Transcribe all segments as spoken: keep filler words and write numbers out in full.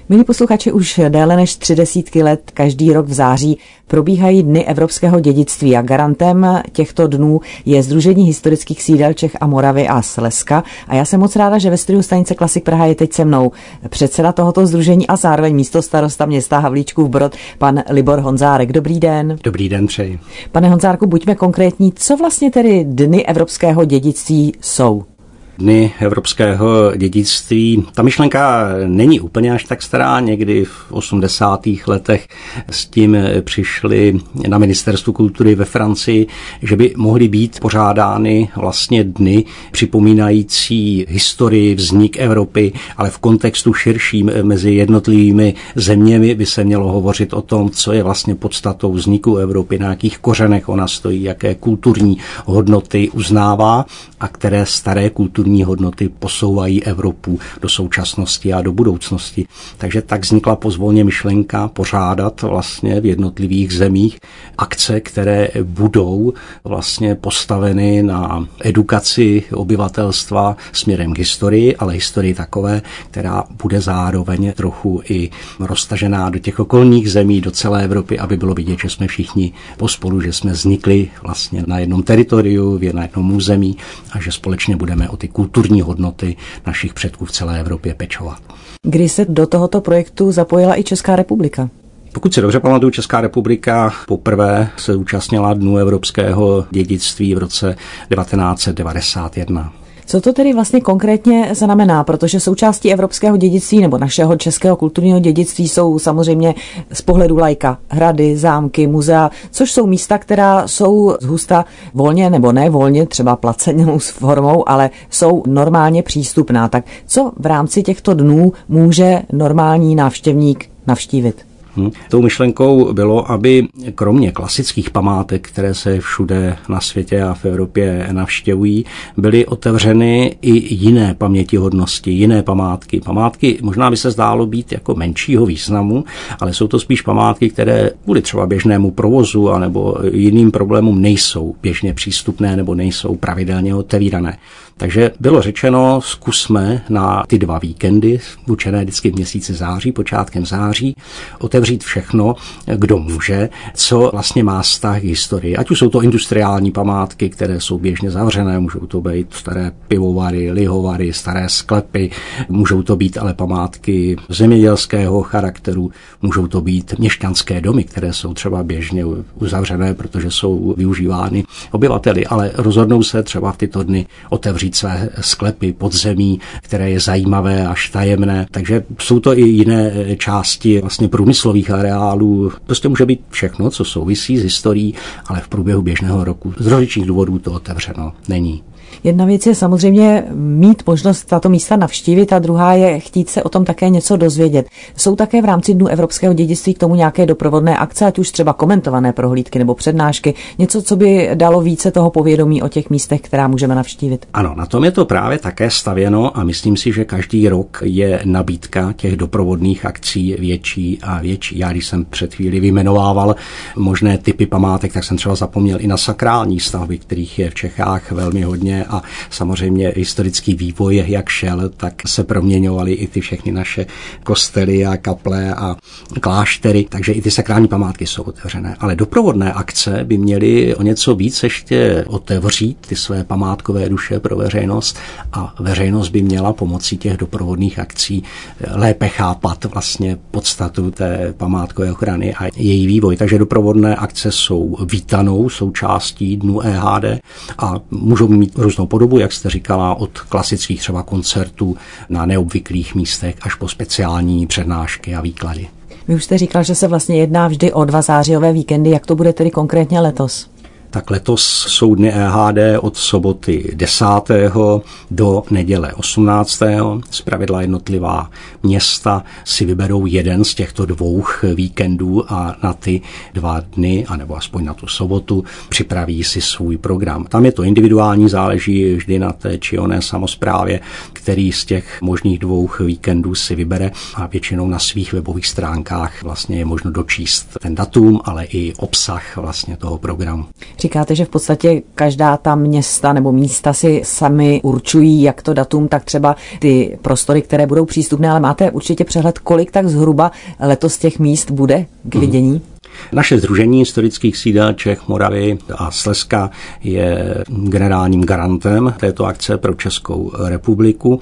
Milí posluchači, už déle než tři desítky let každý rok v září probíhají Dny evropského dědictví a garantem těchto dnů je Sdružení historických sídel Čech a Moravy a Slezska. A já jsem moc ráda, že ve studiu stanice Klasik Praha je teď se mnou předseda tohoto sdružení a zároveň místostarosta města Havlíčkův Brod, pan Libor Honzárek. Dobrý den. Dobrý den, přeji. Pane Honzárku, buďme konkrétní, co vlastně tedy Dny evropského dědictví jsou? Dny evropského dědictví. Ta myšlenka není úplně až tak stará, někdy v osmdesátých letech s tím přišli na Ministerstvu kultury ve Francii, že by mohly být pořádány vlastně dny připomínající historii, vznik Evropy, ale v kontextu širším mezi jednotlivými zeměmi by se mělo hovořit o tom, co je vlastně podstatou vzniku Evropy, na jakých kořenech ona stojí, jaké kulturní hodnoty uznává a které staré kulturní hodnoty posouvají Evropu do současnosti a do budoucnosti. Takže tak vznikla pozvolně myšlenka pořádat vlastně v jednotlivých zemích akce, které budou vlastně postaveny na edukaci obyvatelstva směrem k historii, ale historii takové, která bude zároveň trochu i roztažená do těch okolních zemí, do celé Evropy, aby bylo vidět, že jsme všichni pospolu, že jsme vznikli vlastně na jednom teritoriu, na jednom území a že společně budeme o ty kulturní hodnoty našich předků v celé Evropě pečovat. Kdy se do tohoto projektu zapojila i Česká republika? Pokud si dobře pamatuju, Česká republika poprvé se účastnila Dnů evropského dědictví v roce devatenáct set devadesát jedna. Co to tedy vlastně konkrétně znamená? Protože součástí evropského dědictví nebo našeho českého kulturního dědictví jsou samozřejmě z pohledu laika hrady, zámky, muzea, což jsou místa, která jsou zhusta volně nebo ne volně, třeba placenou formou, ale jsou normálně přístupná. Tak co v rámci těchto dnů může normální návštěvník navštívit? Hmm. Tou myšlenkou bylo, aby kromě klasických památek, které se všude na světě a v Evropě navštěvují, byly otevřeny i jiné pamětihodnosti, jiné památky. Památky možná by se zdálo být jako menšího významu, ale jsou to spíš památky, které kvůli třeba běžnému provozu anebo jiným problémům nejsou běžně přístupné nebo nejsou pravidelně otevírané. Takže bylo řečeno, zkusme na ty dva víkendy, určené vždycky v měsíci září, počátkem září, otevřít všechno, kdo může, co vlastně má vztah k historii. Ať už jsou to industriální památky, které jsou běžně zavřené, můžou to být staré pivovary, lihovary, staré sklepy, můžou to být ale památky zemědělského charakteru, můžou to být měšťanské domy, které jsou třeba běžně uzavřené, protože jsou využívány obyvateli, ale rozhodnou se třeba v tyto dny otevřít své sklepy podzemí, které je zajímavé až tajemné. Takže jsou to i jiné části vlastně průmyslových areálů. Prostě může být všechno, co souvisí s historií, ale v průběhu běžného roku z rozličných důvodů to otevřeno není. Jedna věc je samozřejmě mít možnost tato místa navštívit a druhá je chtít se o tom také něco dozvědět. Jsou také v rámci Dnů evropského dědictví k tomu nějaké doprovodné akce, ať už třeba komentované prohlídky nebo přednášky, něco, co by dalo více toho povědomí o těch místech, která můžeme navštívit? Ano, na tom je to právě také stavěno a myslím si, že každý rok je nabídka těch doprovodných akcí větší a větší. Já když jsem před chvíli vyjmenovával možné typy památek, tak jsem třeba zapomněl i na sakrální stavby, kterých je v Čechách velmi hodně. A samozřejmě historický vývoj, jak šel, tak se proměňovaly i ty všechny naše kostely a kaple a kláštery, takže i ty sakrální památky jsou otevřené. Ale doprovodné akce by měly o něco víc ještě otevřít ty své památkové duše pro veřejnost a veřejnost by měla pomocí těch doprovodných akcí lépe chápat vlastně podstatu té památkové ochrany a její vývoj. Takže doprovodné akce jsou vítanou součástí Dnů E H D a můžou mít různou podobu, jak jste říkala, od klasických třeba koncertů na neobvyklých místech až po speciální přednášky a výklady. Vy už jste říkal, že se vlastně jedná vždy o dva zářijové víkendy. Jak to bude tedy konkrétně letos? Tak letos jsou Dny E H D od soboty desátého do neděle osmnáctého Zpravidla jednotlivá města si vyberou jeden z těchto dvou víkendů a na ty dva dny, anebo aspoň na tu sobotu, připraví si svůj program. Tam je to individuální, záleží vždy na té či oné samosprávě, který z těch možných dvou víkendů si vybere a většinou na svých webových stránkách vlastně je možno dočíst ten datum, ale i obsah vlastně toho programu. Říkáte, že v podstatě každá ta města nebo místa si sami určují, jak to datum, tak třeba ty prostory, které budou přístupné, ale máte určitě přehled, kolik tak zhruba letos těch míst bude k vidění? Naše sdružení historických sídel Čech, Moravy a Slezska je generálním garantem této akce pro Českou republiku.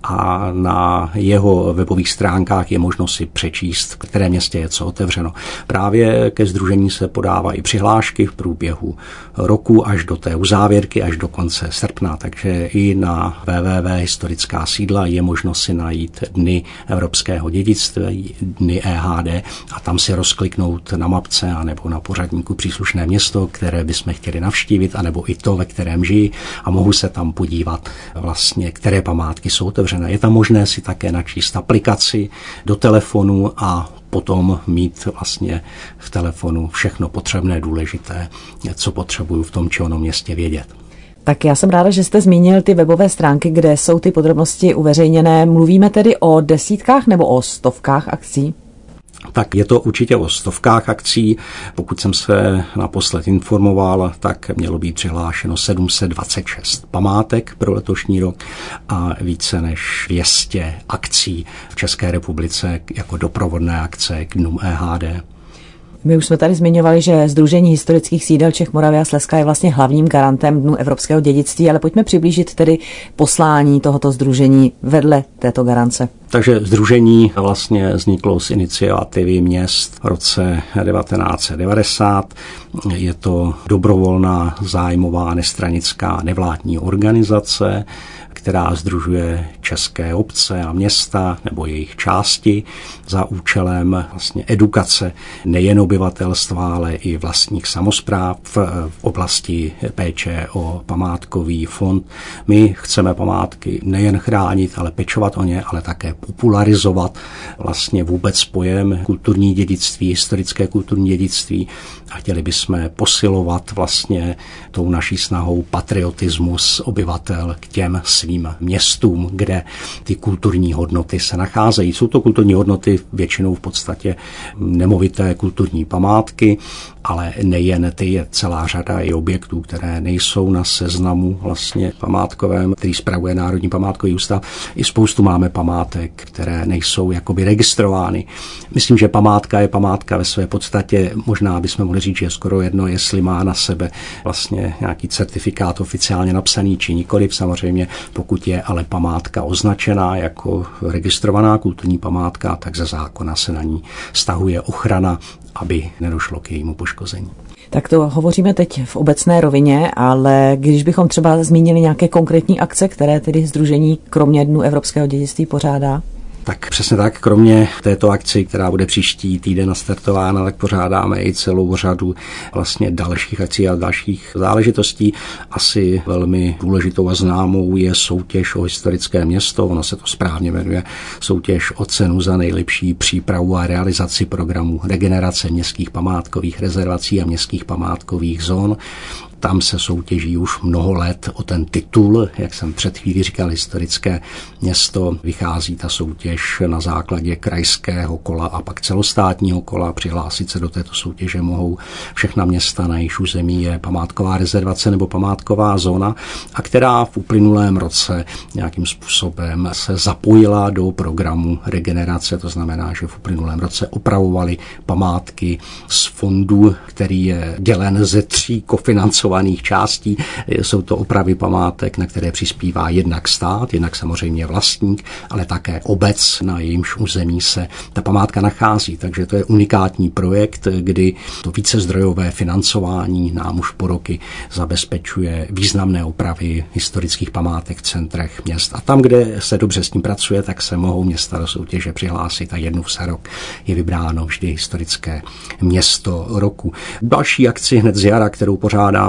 A na jeho webových stránkách je možno si přečíst, v kterém městě je co otevřeno. Právě ke sdružení se podávají přihlášky v průběhu roku až do té uzávěrky, až do konce srpna, takže i na w w w tečka historická sídla je možno si najít dny evropského dědictví, dny E H D a tam si rozkliknout na mapce anebo na pořadníku příslušné město, které bychom chtěli navštívit, anebo i to, ve kterém žijí a mohu se tam podívat vlastně, které památky jsou otevřené. Je tam možné si také načíst aplikaci do telefonu a potom mít vlastně v telefonu všechno potřebné, důležité, co potřebuju v tom či onom městě vědět. Tak já jsem ráda, že jste zmínil ty webové stránky, kde jsou ty podrobnosti uveřejněné. Mluvíme tedy o desítkách nebo o stovkách akcí? Tak je to určitě o stovkách akcí. Pokud jsem se naposled informoval, tak mělo být přihlášeno sedm set dvacet šest památek pro letošní rok a více než dvě stě akcí v České republice jako doprovodné akce k dnům E H D. My už jsme tady zmiňovali, že Sdružení historických sídel Čech, Moravy a Slezska je vlastně hlavním garantem Dnů evropského dědictví, ale pojďme přiblížit tedy poslání tohoto sdružení vedle této garance. Takže sdružení vlastně vzniklo z iniciativy měst v roce devatenáct set devadesát. Je to dobrovolná, zájmová, nestranická nevládní organizace, která sdružuje české obce a města nebo jejich části za účelem vlastně edukace nejen obyvatelstva, ale i vlastních samospráv v oblasti péče o památkový fond. My chceme památky nejen chránit, ale pečovat o ně, ale také popularizovat vlastně vůbec pojem kulturní dědictví, historické kulturní dědictví a chtěli bychom posilovat vlastně tou naší snahou patriotismus obyvatel k těm svým městům, kde ty kulturní hodnoty se nacházejí. Jsou to kulturní hodnoty většinou v podstatě nemovité kulturní památky, ale nejen ty, je celá řada i objektů, které nejsou na seznamu vlastně památkovém, který spravuje Národní památkový ústav. I spoustu máme památek, které nejsou jakoby registrovány. Myslím, že památka je památka ve své podstatě. Možná bychom mohli říct, že je skoro jedno, jestli má na sebe vlastně nějaký certifikát oficiálně napsaný či nikoliv. Samozřejmě, pokud je ale památka označená jako registrovaná kulturní památka, tak ze zákona se na ní vztahuje ochrana, aby nedošlo k jejímu poškození. Tak to hovoříme teď v obecné rovině, ale když bychom třeba zmínili nějaké konkrétní akce, které tedy sdružení kromě Dnů evropského dědictví pořádá? Tak přesně tak, kromě této akci, která bude příští týden nastartována, tak pořádáme i celou řadu vlastně dalších akcí a dalších záležitostí. Asi velmi důležitou a známou je soutěž o historické město, ono se to správně jmenuje, soutěž o cenu za nejlepší přípravu a realizaci programu regenerace městských památkových rezervací a městských památkových zón. Tam se soutěží už mnoho let o ten titul, jak jsem před chvílí říkal, historické město. Vychází ta soutěž na základě krajského kola a pak celostátního kola. Přihlásit se do této soutěže mohou všechna města, na jejichž území je památková rezervace nebo památková zóna, a která v uplynulém roce nějakým způsobem se zapojila do programu regenerace. To znamená, že v uplynulém roce opravovali památky z fondu, který je dělen ze tří kofinancovaných částí. Jsou to opravy památek, na které přispívá jednak stát, jednak samozřejmě vlastník, ale také obec, na jejímž území se ta památka nachází. Takže to je unikátní projekt, kdy to vícezdrojové financování nám už po roky zabezpečuje významné opravy historických památek v centrech měst. A tam, kde se dobře s tím pracuje, tak se mohou města do soutěže přihlásit a jednou za rok je vybráno vždy historické město roku. Další akci hned z jara, kterou pořádáme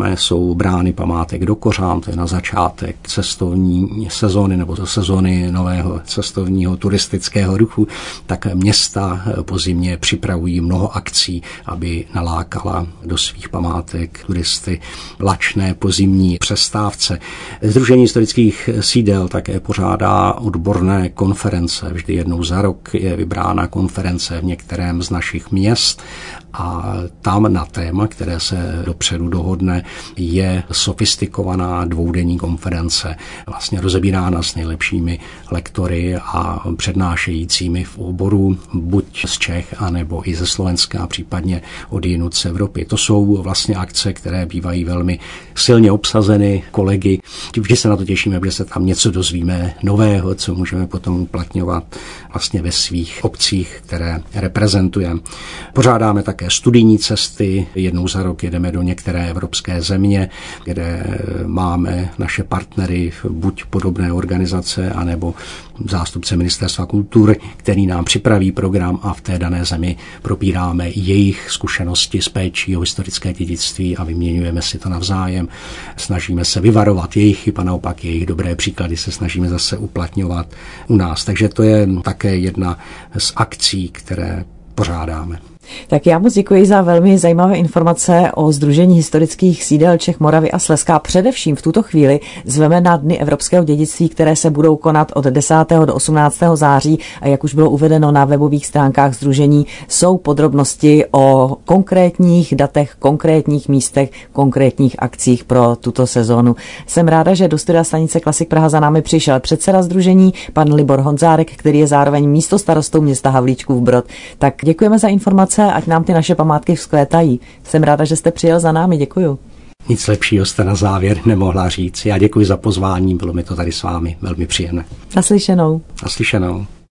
máme, jsou brány památek do kořán, to je na začátek cestovní sezóny nebo sezóny nového cestovního turistického ruchu, tak města po zimě připravují mnoho akcí, aby nalákala do svých památek turisty lačné pozimní přestávce. Sdružení historických sídel také pořádá odborné konference. Vždy jednou za rok je vybrána konference v některém z našich měst a tam na téma, které se dopředu dohodne, je sofistikovaná dvoudenní konference, vlastně rozebírána s nejlepšími lektory a přednášejícími v oboru, buď z Čech, anebo i ze Slovenska, a případně od jinut z Evropy. To jsou vlastně akce, které bývají velmi silně obsazeny kolegy. Vždy se na to těšíme, protože se tam něco dozvíme nového, co můžeme potom uplatňovat vlastně ve svých obcích, které reprezentujeme. Pořádáme také studijní cesty. Jednou za rok jedeme do některé evropské země, kde máme naše partnery, buď podobné organizace, anebo zástupce Ministerstva kultury, který nám připraví program a v té dané zemi propíráme jejich zkušenosti s péčí o historické dědictví a vyměňujeme si to navzájem. Snažíme se vyvarovat jejich chyb a naopak jejich dobré příklady se snažíme zase uplatňovat u nás. Takže to je také jedna z akcí, které pořádáme. Tak já moc děkuji za velmi zajímavé informace o Sdružení historických sídel Čech, Moravy a Slezska. Především v tuto chvíli zveme na Dny evropského dědictví, které se budou konat od desátého do osmnáctého září a jak už bylo uvedeno na webových stránkách sdružení, jsou podrobnosti o konkrétních datech, konkrétních místech, konkrétních akcích pro tuto sezónu. Jsem ráda, že do studia stanice Klasik Praha za námi přišel předseda sdružení, pan Libor Honzárek, který je zároveň místostarostou města Havlíčkův Brod. Tak děkujeme za informace, ať nám ty naše památky vzkvétají. Jsem ráda, že jste přijel za námi, děkuju. Nic lepšího jste na závěr nemohla říct. Já děkuji za pozvání, bylo mi to tady s vámi velmi příjemné. Naslyšenou. Naslyšenou.